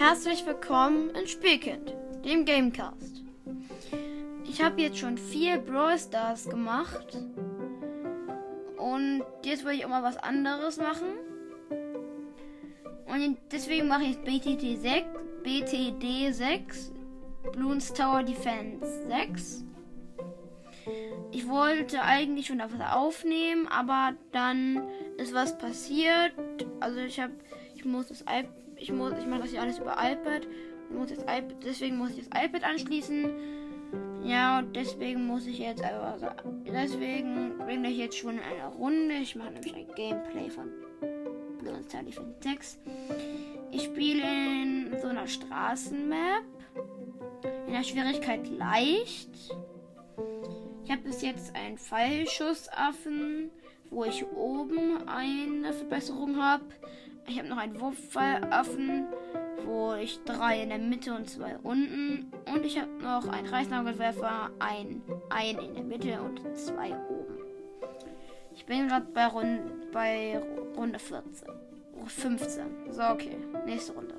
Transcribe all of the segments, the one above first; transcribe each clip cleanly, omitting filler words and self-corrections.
Herzlich willkommen in Spielkind, dem Gamecast. Ich habe jetzt schon 4 Brawl Stars gemacht und jetzt will ich auch mal was anderes machen. Und deswegen mache ich BTD 6, Bloons Tower Defense 6. Ich wollte eigentlich schon etwas aufnehmen, aber dann ist was passiert. Also ich mache das ja alles über iPad. Deswegen muss ich das iPad anschließen. Ja, und deswegen bringe ich jetzt schon eine Runde. Ich mache nämlich ein Gameplay von Bloons Tower Defense 6. Ich spiele in so einer Straßenmap. In der Schwierigkeit leicht. Ich habe bis jetzt einen Pfeilschussaffen, wo ich oben eine Verbesserung habe. Ich habe noch einen Wurfpfeilaffen, wo ich 3 in der Mitte und 2 unten. Und ich habe noch einen Reißnagelwerfer, einen in der Mitte und 2 oben. Ich bin gerade bei Runde 15. So, okay. Nächste Runde.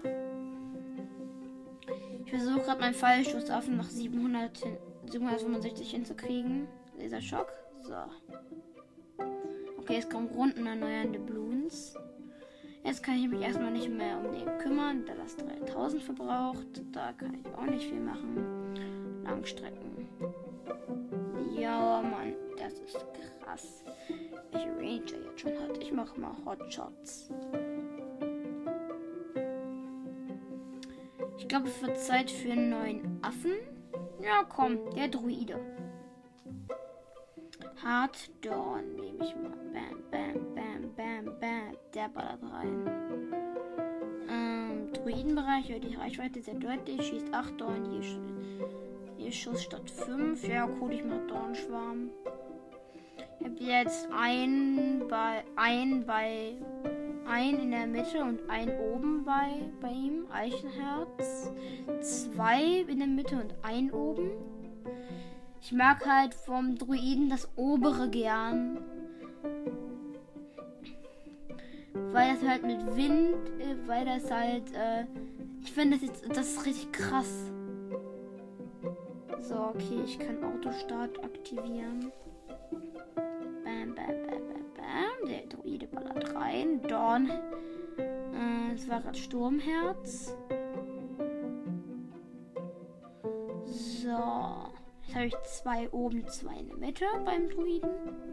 Ich versuche gerade meinen Pfeilschussaffen nach 765 hinzukriegen. Laserschock. So. Okay, es kommen Runden erneuernde Bloons. Jetzt kann ich mich erstmal nicht mehr um den kümmern, da das 3000 verbraucht. Da kann ich auch nicht viel machen. Langstrecken. Ja, Mann, das ist krass. Ich Ranger jetzt schon hat. Ich mache mal Hotshots. Ich glaube, es wird Zeit für einen neuen Affen. Ja, komm, der Druide. Hard Dawn nehme ich mal. Bam, bam, bam, bam, bam. Der ballert rein. Druidenbereich, die Reichweite sehr deutlich. Schießt 8 Dorn, hier Schuss statt 5. Ja, cool, ich mache Dornschwarm. Ich habe jetzt einen in der Mitte und einen oben bei ihm. Eichenherz. 2 in der Mitte und einen oben. Ich mag halt vom Druiden das obere gern. Weil das halt mit Wind, ich finde das ist richtig krass. So, okay, ich kann Autostart aktivieren. Bam, bam, bam, bam, bam. Der Druide ballert rein. Dorn. Es war gerade Sturmherz. So. Jetzt habe ich 2 oben, 2 in der Mitte beim Druiden.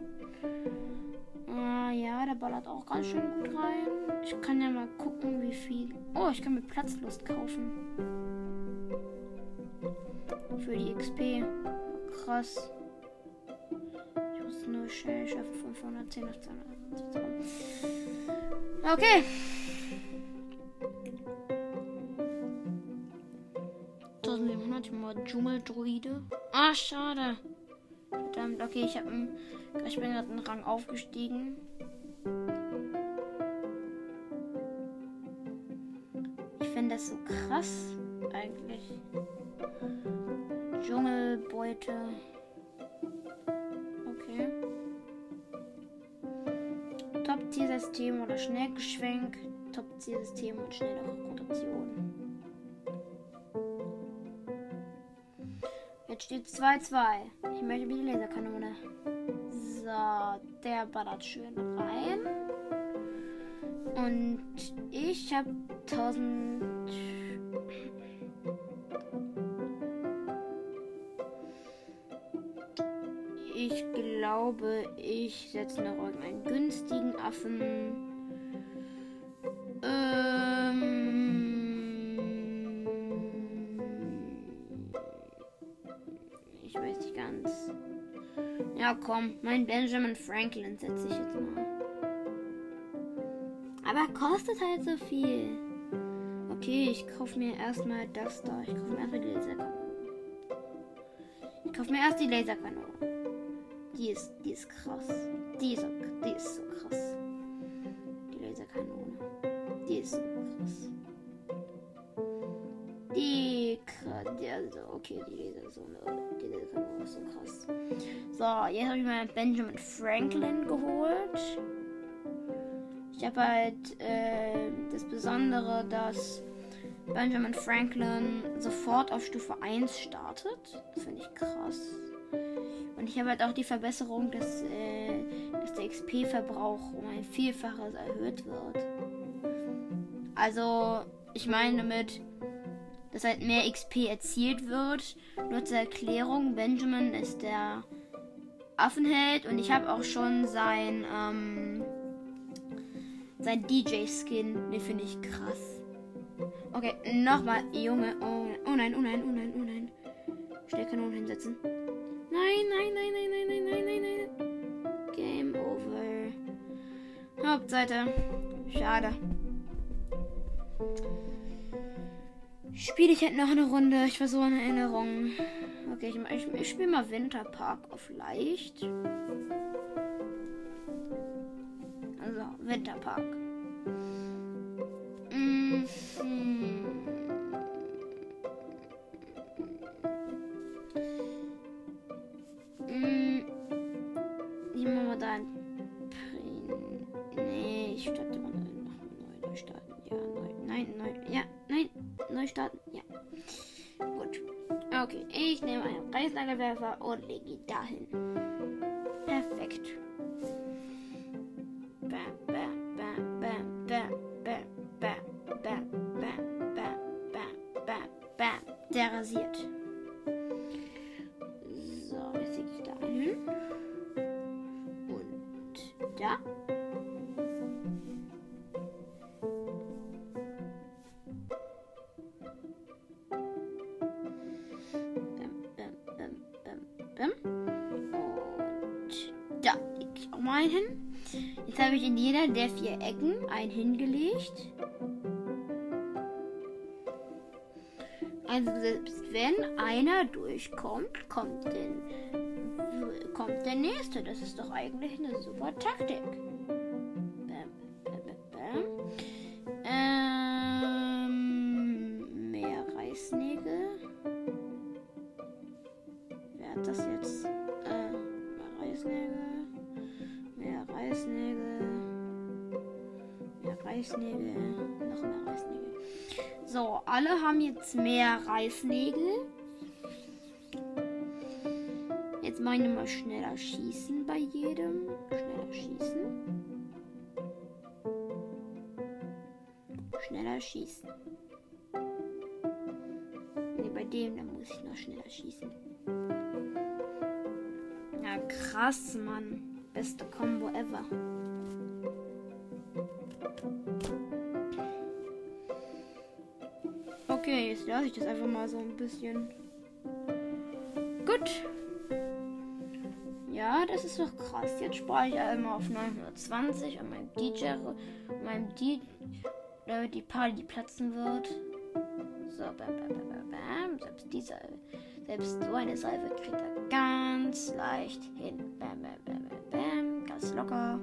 Ja, der ballert auch ganz schön gut rein. Ich kann ja mal gucken, wie viel. Oh, ich kann mir Platzlust kaufen. Für die XP. Krass. Ich muss nur schnell schaffen, von 510 auf 220 zu kommen. Okay. Ich mal Dschungeldruide. Ah, schade. Verdammt, okay, ich bin gerade einen Rang aufgestiegen. Ich finde das so krass, eigentlich. Dschungelbeute. Okay. Top-Tier-System oder Schnellgeschwenk. Top-Tier-System und schnelle Rotation. Jetzt steht 2-2. Ich möchte mit der Laserkanone. So, der ballert schön rein. Und ich habe 1000. Ich glaube, ich setze noch irgendeinen günstigen Affen. Ich weiß nicht ganz. Ja, komm, mein Benjamin Franklin setze ich jetzt mal. Aber er kostet halt so viel. Okay, ich kaufe mir erstmal das da. Ich kaufe mir erstmal die Laserkanone. Ich kaufe mir erst die Laserkanone. Die ist krass. Die ist so krass. Die Laserkanone. Die ist so krass. Okay, die Laserkanone ist so krass. So, jetzt habe ich mir Benjamin Franklin geholt. Ich habe halt das Besondere, dass Benjamin Franklin sofort auf Stufe 1 startet. Das finde ich krass. Und ich habe halt auch die Verbesserung, dass der XP-Verbrauch um ein Vielfaches erhöht wird. Also, ich meine damit, dass halt mehr XP erzielt wird. Nur zur Erklärung, Benjamin ist der Affenheld und ich habe auch schon sein DJ-Skin. Den finde ich krass. Okay, nochmal, Junge. Oh nein, oh nein, oh nein, oh nein. Schnell Kanonen hinsetzen. Nein, nein, nein, nein, nein, nein, nein, nein, nein. Game over. Hauptseite. Schade. Spiele ich halt noch eine Runde. Ich war so in Erinnerung. Okay, ich spiele mal Winterpark auf leicht. Also, Winterpark. Hier machen wir da ein Nee, ich starte mal neu starten. Ja, neu starten. Ja. Gut. Okay, ich nehme einen Reißnagelwerfer und lege ihn dahin. Perfekt. Bam, bam, bam, bam, bam, bam, bam, bam, bam, bam, bam, bam, bam. Der rasiert. So, jetzt lege ich da einen hin. Und da. Einen hin. Jetzt habe ich in jeder der 4 Ecken einen hingelegt. Also selbst wenn einer durchkommt, kommt der nächste. Das ist doch eigentlich eine super Taktik. Bam, bam, bam, bam. Mehr Reißnägel. Wer hat das jetzt? Mehr Reißnägel. Mehr Reißnägel, noch mehr Reißnägel. So, alle haben jetzt mehr Reißnägel. Jetzt mache ich nochmal schneller schießen bei jedem. Schneller schießen. Nee, bei dem, dann muss ich noch schneller schießen. Ja, krass, Mann. Beste Combo ever. Okay, jetzt lasse ich das einfach mal so ein bisschen. Gut. Ja, das ist doch krass. Jetzt spare ich einmal auf 920 an meinem DJ, damit die Party platzen wird. So, bam, bam, bam, bam, bam. Selbst so eine Salve kriegt er ganz leicht hin. Bam, bam, bam, bam, bam. Ganz locker.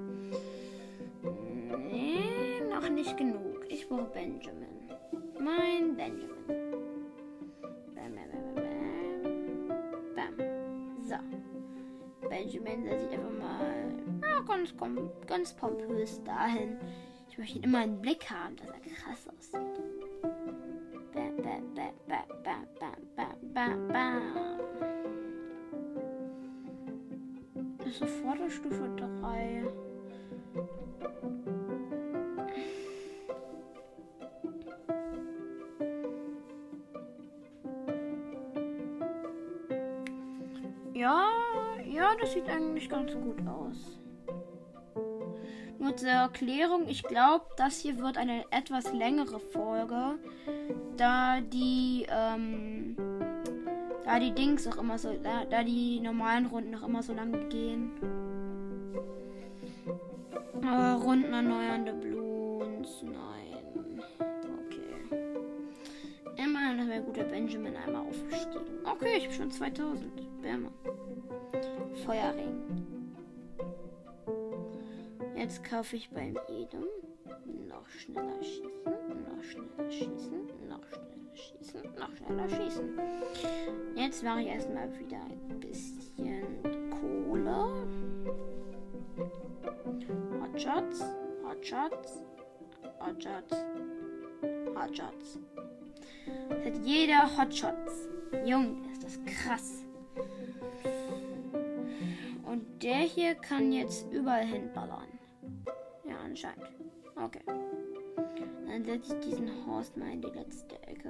Nee, noch nicht genug. Ich brauche Benjamin. Mein Benjamin. Bam, bam, bam, bam, bam. So. Benjamin setze ich einfach mal ganz pompös dahin. Ich möchte ihn immer einen Blick haben, dass er krass aussieht. Bam, bam, bam, bam, bam, bam, bam, bam. Das ist sofort auf Stufe 3. Ja, das sieht eigentlich ganz gut aus. Nur zur Erklärung, ich glaube, das hier wird eine etwas längere Folge, da die Dings auch immer so, da die normalen Runden auch immer so lange gehen. Runden erneuernde Bloons, nein. Okay. Immerhin ist mein guter Benjamin einmal aufgestiegen. Okay, ich habe schon 2000. Wärme. Feuerring. Jetzt kaufe ich beim jedem noch schneller schießen, noch schneller schießen, noch schneller schießen, noch schneller schießen. Jetzt mache ich erstmal wieder ein bisschen Kohle. Hotshots, Hotshots, Hotshots, Hotshots. Das hat jeder Hotshots. Junge, ist das krass. Und der hier kann jetzt überall hinballern. Ja, anscheinend. Okay. Dann setze ich diesen Horst mal in die letzte Ecke.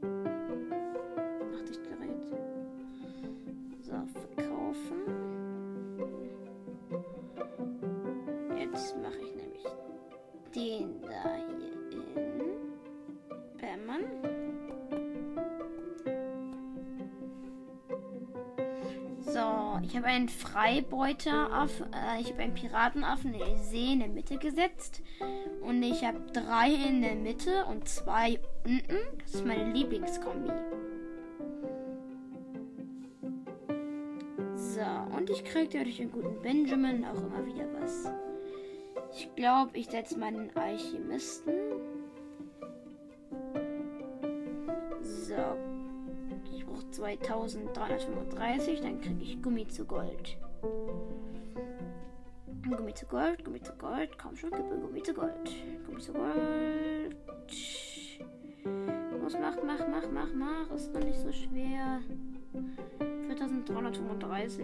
Mach dich gerät. So, verkaufen. Jetzt mache ich nämlich den da hier in Bämmern. So, ich habe einen Freibeuteraffen, ich habe einen Piratenaffen in den See in der Mitte gesetzt. Und ich habe 3 in der Mitte und 2 unten. Das ist meine Lieblingskombi. So, und ich kriege durch den guten Benjamin auch immer wieder was. Ich glaube, ich setze meinen Alchemisten. So. Ich brauche 2335, dann kriege ich Gummi zu Gold. Gummi zu Gold, Gummi zu Gold. Komm schon, gib mir Gummi zu Gold. Gummi zu Gold. Los, mach. Ist doch nicht so schwer. 4335.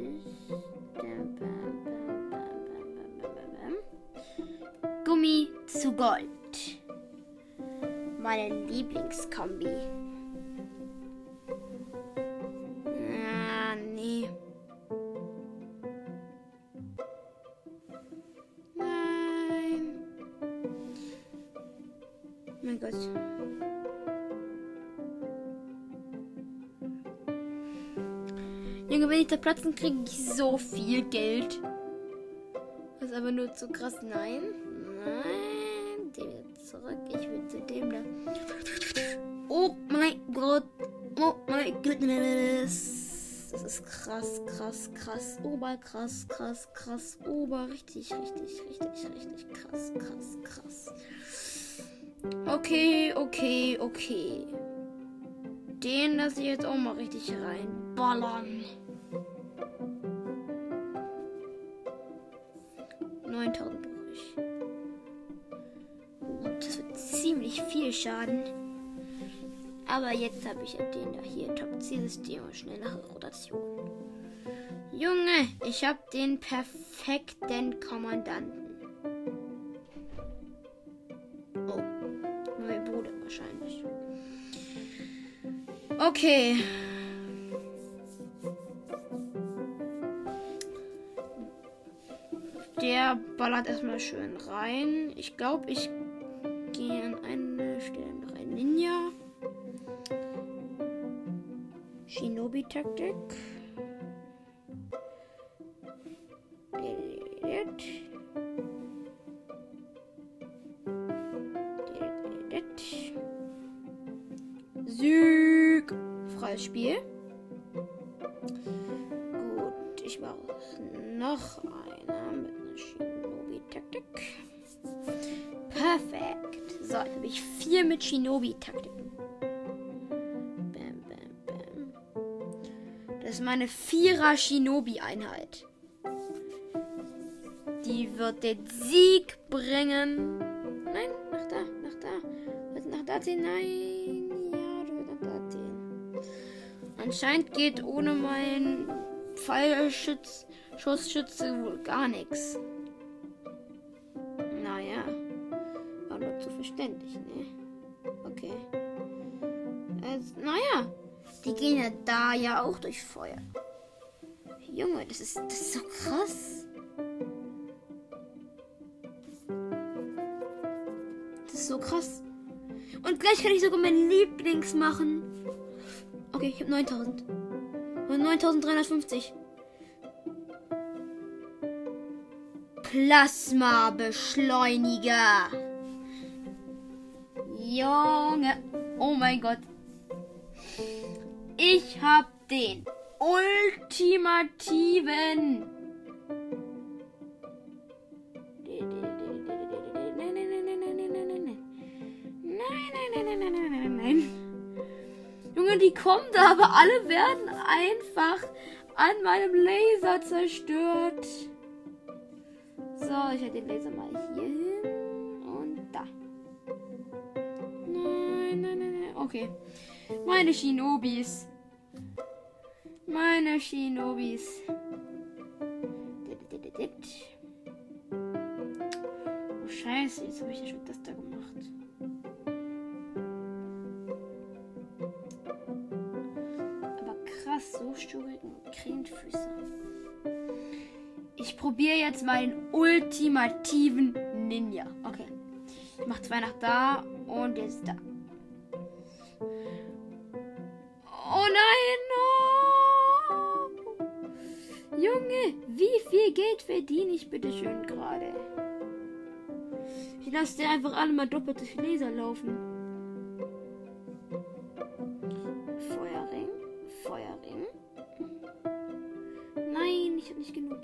Gummi zu Gold. Meine Lieblingskombi. Ah, nee. Nein. Mein Gott. Junge, wenn ich da platzen, kriege ich so viel Geld. Das ist aber nur zu krass. Nein. Den wieder zurück. Ich will zu dem da. Oh mein Gott. Oh mein Goodness. Das ist krass. Krass. Richtig krass. Okay. Den lasse ich jetzt auch mal richtig reinballern. 9000 brauche ich. Das wird ziemlich viel Schaden. Aber jetzt habe ich ja den da hier. Top-Zielsystem und schnellere Rotation. Junge, ich habe den perfekten Kommandanten. Oh, mein Bruder wahrscheinlich. Okay. Der ballert erstmal schön rein. Ich glaube, ich gehe an eine Stelle noch ein Ninja. Shinobi-Taktik. Sieg. Freies Spiel. Gut, ich mache noch einer mit einer Shinobi-Taktik. Perfekt. So, jetzt habe ich 4 mit Shinobi-Taktiken. Bam. Das ist meine 4er Shinobi-Einheit. Die wird den Sieg bringen. Nein, nach da. Wird nach da ziehen? Nein. Ja, du wirst nach da ziehen. Anscheinend geht ohne meinen Pfeilschussschütze wohl gar nichts. Naja. War nur zu verständlich, ne? Okay. Naja. Die gehen ja da ja auch durch Feuer. Junge, das ist so krass. Das ist so krass. Und gleich kann ich sogar meinen Lieblings machen. Okay, ich habe 9000. Und 9350. Plasma-Beschleuniger. Junge. Oh mein Gott. Ich habe den ultimativen. Nein. Junge, die kommen da, aber alle werden einfach an meinem Laser zerstört. So, ich hätte den Laser mal hier hin und da. Nein. nein. Okay. Meine Shinobis. Meine Shinobis. Oh, scheiße. Jetzt habe ich ja schon das da gemacht. Aber krass, so Sturiken und Krähenfüße. Ich probiere jetzt mal den ultimativen Ninja. Okay. Ich mache 2 nach da und jetzt da. Oh nein! Oh. Junge, wie viel Geld verdiene ich bitte schön gerade? Ich lasse dir einfach alle mal doppelt so viel Laser laufen. Feuerring. Feuerring. Nein, ich habe nicht genug.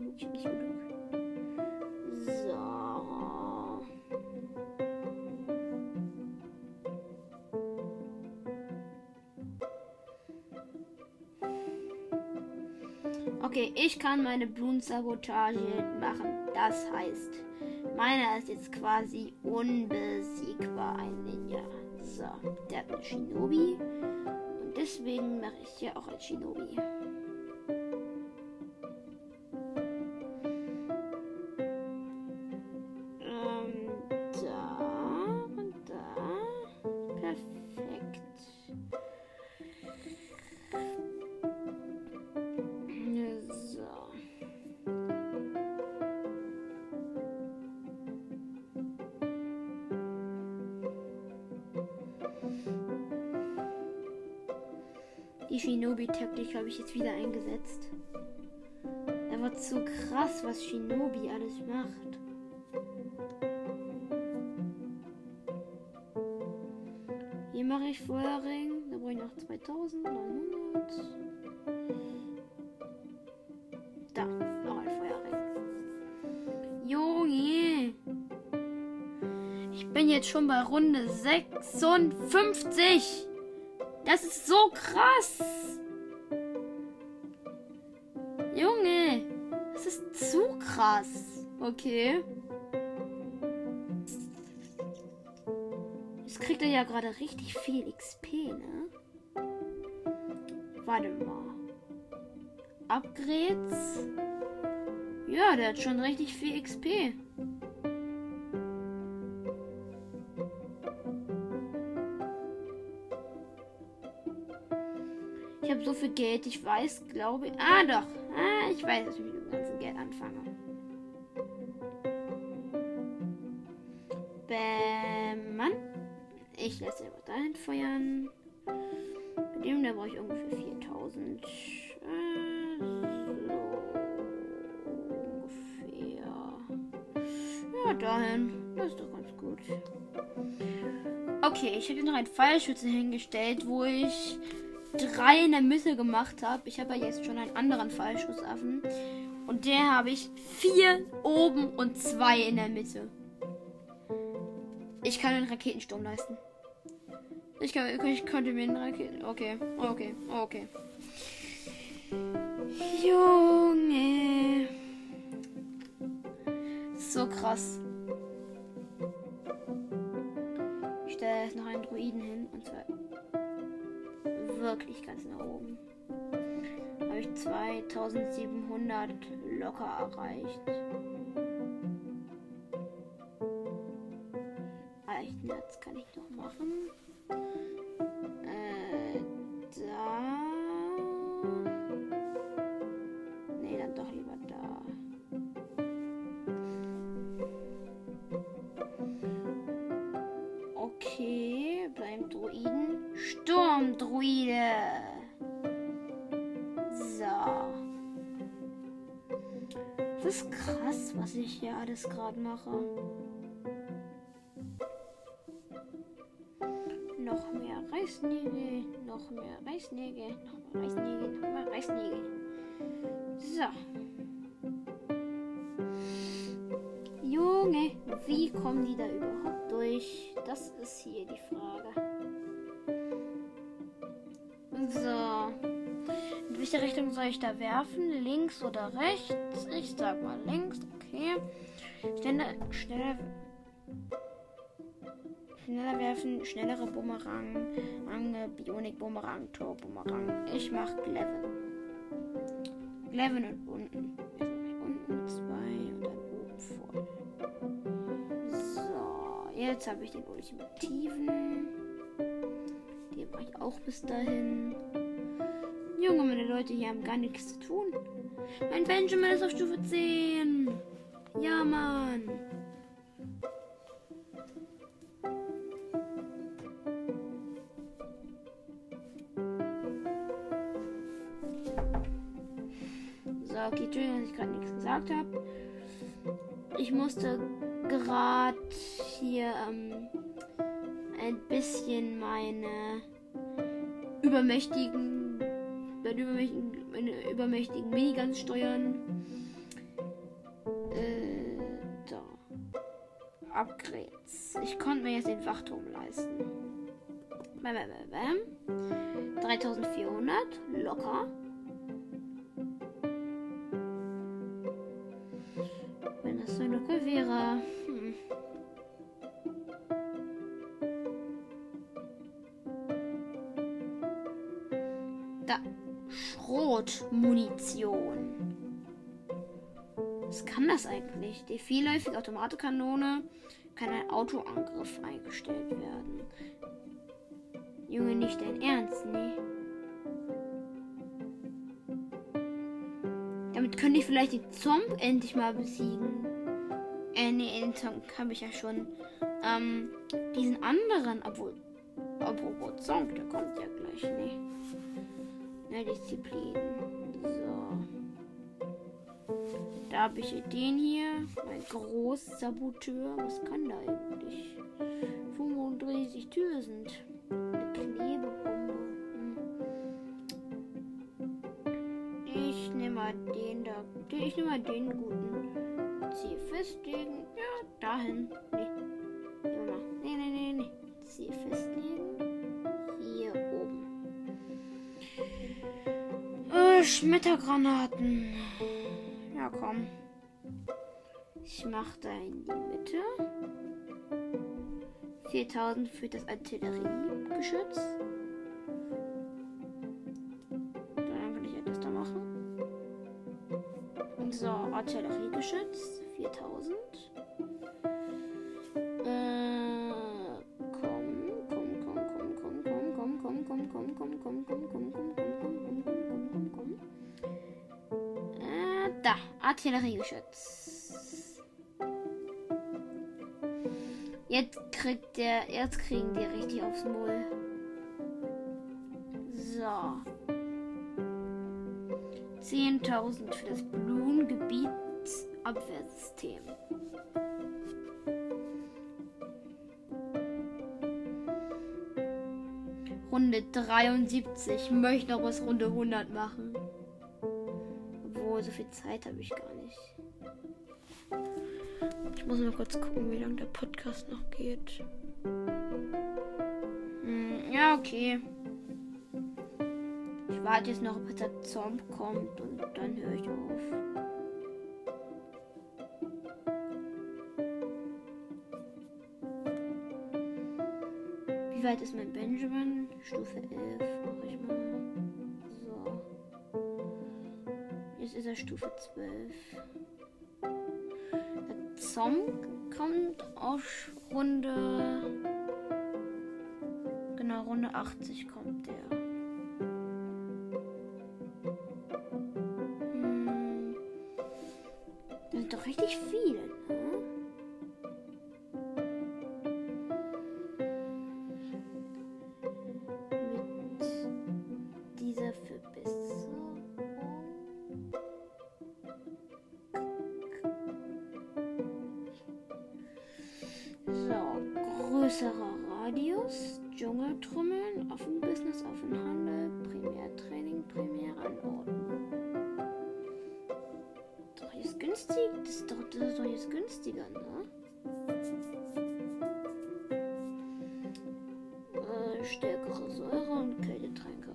So. Okay, ich kann meine Blumensabotage machen. Das heißt, meiner ist jetzt quasi unbesiegbar, ein Ninja. So, der hat eine Shinobi. Und deswegen mache ich ja auch ein Shinobi. Da und da. Perfekt. Die Shinobi-Taktik habe ich jetzt wieder eingesetzt. Aber zu krass, was Shinobi alles macht. Hier mache ich Feuerring. Da brauche ich noch 2900. Da, noch ein Feuerring. Junge! Ich bin jetzt schon bei Runde 56. Das ist so krass. Junge, das ist zu krass. Okay. Jetzt kriegt er ja gerade richtig viel XP, ne? Warte mal. Upgrades. Ja, der hat schon richtig viel XP. Ich habe so viel Geld, ich weiß, glaube ich. Doch. Ich weiß, dass ich mit dem ganzen Geld anfange. Bäm, Mann. Ich lasse einfach dahin feuern. Bei dem, da brauche ich ungefähr 4000. So ungefähr. Ja, dahin. Das ist doch ganz gut. Okay, ich habe hier noch einen Pfeilschütze hingestellt, wo ich 3 in der Mitte gemacht habe. Ich habe ja jetzt schon einen anderen Fallschussaffen. Und der habe ich 4 oben und 2 in der Mitte. Ich kann einen Raketensturm leisten. Ich könnte mir einen Raketen... Okay. Junge. So krass. Ich stelle jetzt noch einen Druiden hin. Und zwar wirklich ganz nach oben. Habe ich 2700 locker erreicht. Jetzt kann ich noch machen. Da. Nee, dann doch lieber da. Okay, beim Druiden. Sturmdruide. So. Das ist krass, was ich hier alles gerade mache. Noch mehr Reißnägel, noch mehr Reißnägel, noch mehr Reißnägel, noch mehr Reißnägel. So. Junge, wie kommen die da überhaupt durch? Das ist hier die Frage. So. In welche Richtung soll ich da werfen? Links oder rechts? Ich sag mal links, okay. Schneller. schneller werfen, schnellere Bumerang, Ange, Bionik, Bumerang, Tor, Bumerang. Ich mach Gleven. Gleven und unten. Unten 2 und dann oben voll. So, jetzt habe ich den ultimativen. Den mache ich auch bis dahin. Junge, meine Leute hier haben gar nichts zu tun. Mein Benjamin ist auf Stufe 10. Ja, Mann. So, okay, Entschuldigung, dass ich gerade nichts gesagt habe. Ich musste gerade hier ein bisschen meine übermächtigen Miniguns steuern. Da. Upgrades. Ich konnte mir jetzt den Wachturm leisten. 3400. Locker. Wenn das so locker wäre. Da. Schrotmunition. Was kann das eigentlich? Die vielläufige Automatikkanone kann ein Autoangriff eingestellt werden. Junge, nicht dein Ernst, nee. Damit könnte ich vielleicht den Zomb endlich mal besiegen. Nee, den Zomb habe ich ja schon. Diesen anderen, obwohl Zomb, der kommt ja gleich, nee. Disziplin. So. Da habe ich den hier. Mein Großsaboteur. Was kann der eigentlich? 35.000. Eine Klebebombe. Ich nehme mal den da. Ich nehme mal den guten. Zieh festlegen. Ja, dahin. Nee. Nee. Zieh festlegen. Hier oben. Schmettergranaten. Ja, komm. Ich mache da in die Mitte. 4000 für das Artilleriegeschütz. Dann kann ich das da machen. So, Artilleriegeschütz. 4000. Da, Artilleriegeschütz. Jetzt kriegen die richtig aufs Maul. So. 10.000 für das Blumengebietsabwehrsystem. Runde 73. Möchte noch was Runde 100 machen. Obwohl, so viel Zeit habe ich gar nicht. Ich muss mal kurz gucken, wie lange der Podcast noch geht. Ja, okay. Ich warte jetzt noch, bis der Zomb kommt und dann höre ich auf. Wie weit ist mein Benjamin? Stufe 11. Mach ich mal. So. Jetzt ist er Stufe 12. Der Zomb kommt auf Runde 80 kommt der. Das sind doch richtig viele, ne? Mit dieser Verbesserung. So, größerer Radius, Dschungeltrümmeln, Offenbusiness, Offenhandel, Primärtraining, Primäranordnung. Doch jetzt günstig? Das ist doch jetzt günstiger, ne? Stärkere Säure und Kältetränke.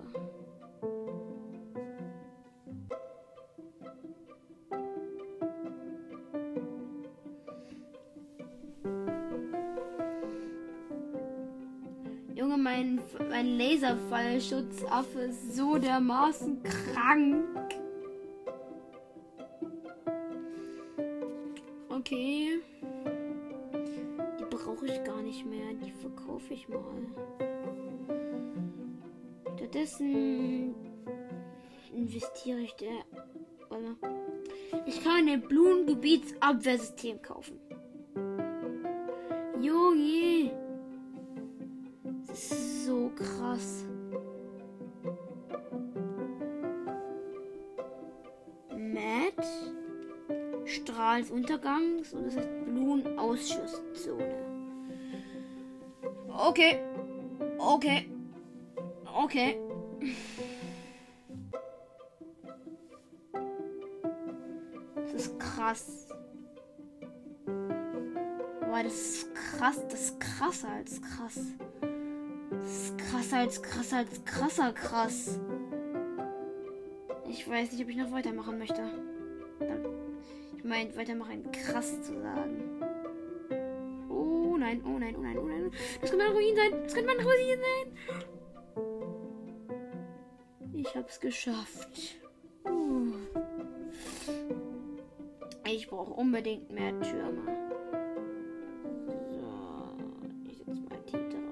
mein Laserfallschutzaffe ist so dermaßen krank. Okay. Die brauche ich gar nicht mehr. Die verkaufe ich mal. Stattdessen investiere ich ich kann ein Blumengebietsabwehrsystem kaufen. Junge. Das ist so krass. Matt. Strahl des Untergangs und das heißt Blumenausschusszone. Okay. Das ist krass. Boah, das ist krass. Das ist krasser als krass. Das ist krasser als krass. Ich weiß nicht, ob ich noch weitermachen möchte. Ich meine, weitermachen krass zu sagen. Oh nein. Das könnte mein Ruin sein. Ich hab's geschafft. Ich brauche unbedingt mehr Türme. So, ich setze mal die 3.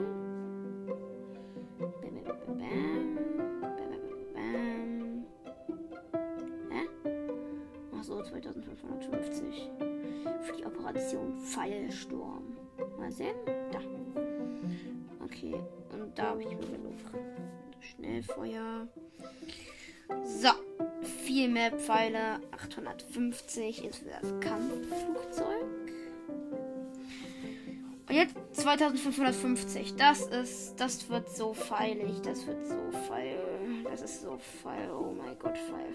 Hä? Achso, 2550. Für die Operation Pfeilsturm. Mal sehen. Da. Okay, und da habe ich mir genug. Schnellfeuer. So. Viel mehr Pfeile. 850 ist für das Kampfflugzeug. Und jetzt 2550. Das wird so feilig. Das ist so feil. Oh mein Gott. Fail.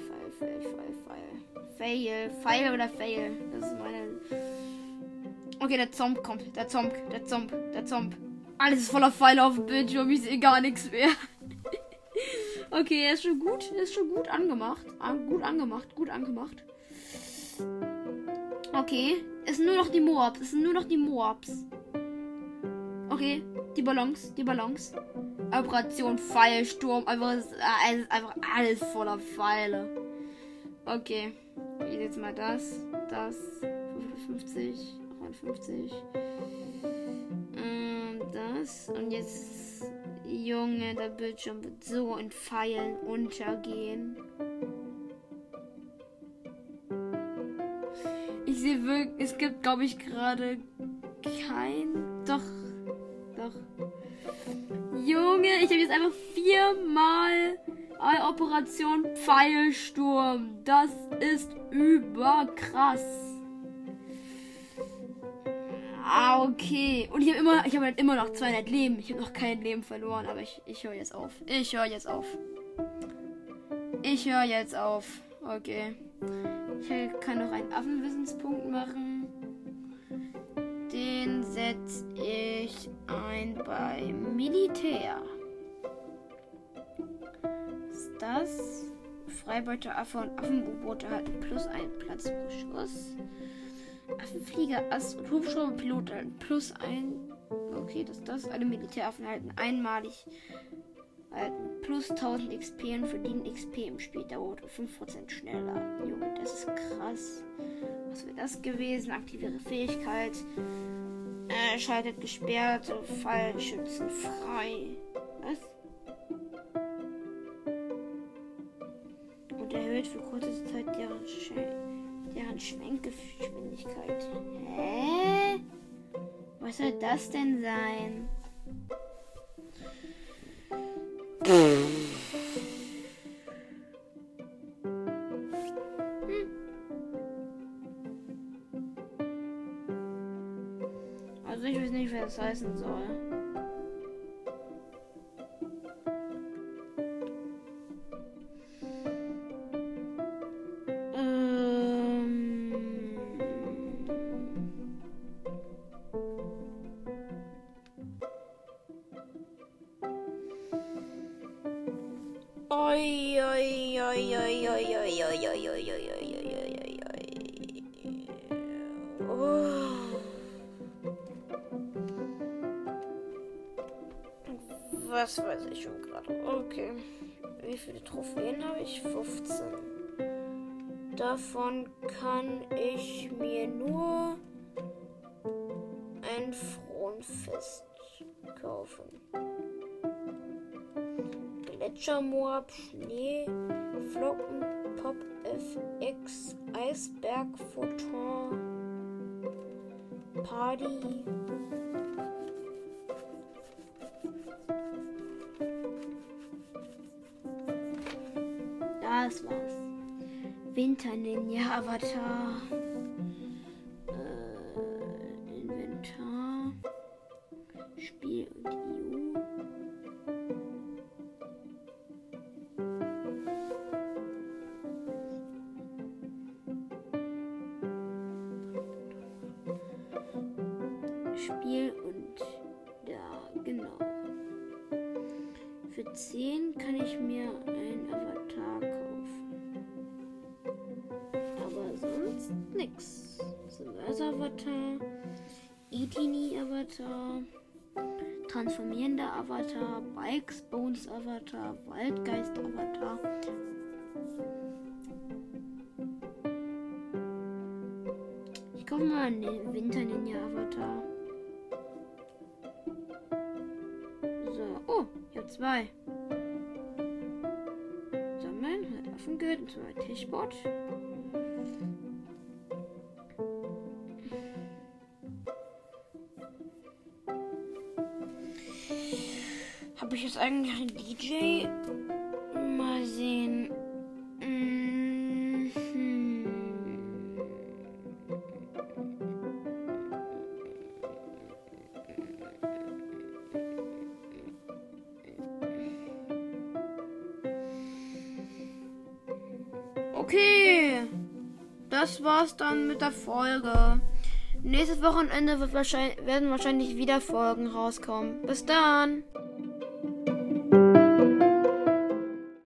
Fail oder fail. Das ist meine. Okay, der Zomb kommt. Der Zomb. Alles ist voller Pfeile auf dem Bildschirm. Ich sehe gar nichts mehr. Okay, er ist schon gut. Angemacht. Gut angemacht. Okay. Es sind nur noch die Moabs. Okay. Die Ballons. Operation Pfeilsturm. Einfach alles voller Pfeile. Okay. Ich jetzt mal das. 55. 59. Das. Und jetzt. Junge, der Bildschirm wird so in Pfeilen untergehen. Ich sehe wirklich, es gibt, glaube ich, gerade kein. Doch. Junge, ich habe jetzt einfach 4-mal Operation Pfeilsturm. Das ist überkrass. Okay. Und ich habe halt immer noch 200 Leben. Ich habe noch kein Leben verloren, aber ich höre jetzt auf. Ich höre jetzt auf. Okay. Ich kann noch einen Affenwissenspunkt machen. Den setze ich ein bei Militär. Was ist das? Freibeuteraffe und Affenboot erhalten +1 Platz pro Schuss. Affenflieger, Ast und Hubschrauberpilot erhalten +1. Okay, das. Alle Militäraffen erhalten einmalig +1000 XP und verdienen XP im Spiel. Dauert 5% schneller. Junge, das ist krass. Was wäre das gewesen? Aktiviere Fähigkeit. Schaltet gesperrte Fallschützen frei. Was? Und erhöht für kurze Zeit deren Schwenkgeschwindigkeit. Hä? Was soll das denn sein? Also ich weiß nicht, was das heißen soll. das weiß ich schon gerade. Okay. Wie viele Trophäen habe ich? 15. Davon kann ich mir nur ein Fronfest kaufen. Gletschermoab, Schnee, Flocken, Pop FX, Eisberg, Photon, Party. Das war's. Winter Ninja Avatar. Inventar. Spiel und EU. Spiel und da, genau. Für 10 kann ich mir ein Avatar kaufen. Aber sonst nix. Subverse Avatar, Etini Avatar, transformierender Avatar, Bikes Bones Avatar, Waldgeist Avatar. Ich kaufe mal einen Winter Ninja Avatar. So, oh, ich habe 2. Sammeln, halt Waffengürtel, 2 Tischbot. Habe ich jetzt eigentlich einen DJ? Mal sehen. Okay, das war's dann mit der Folge. Nächstes Wochenende werden wahrscheinlich wieder Folgen rauskommen. Bis dann!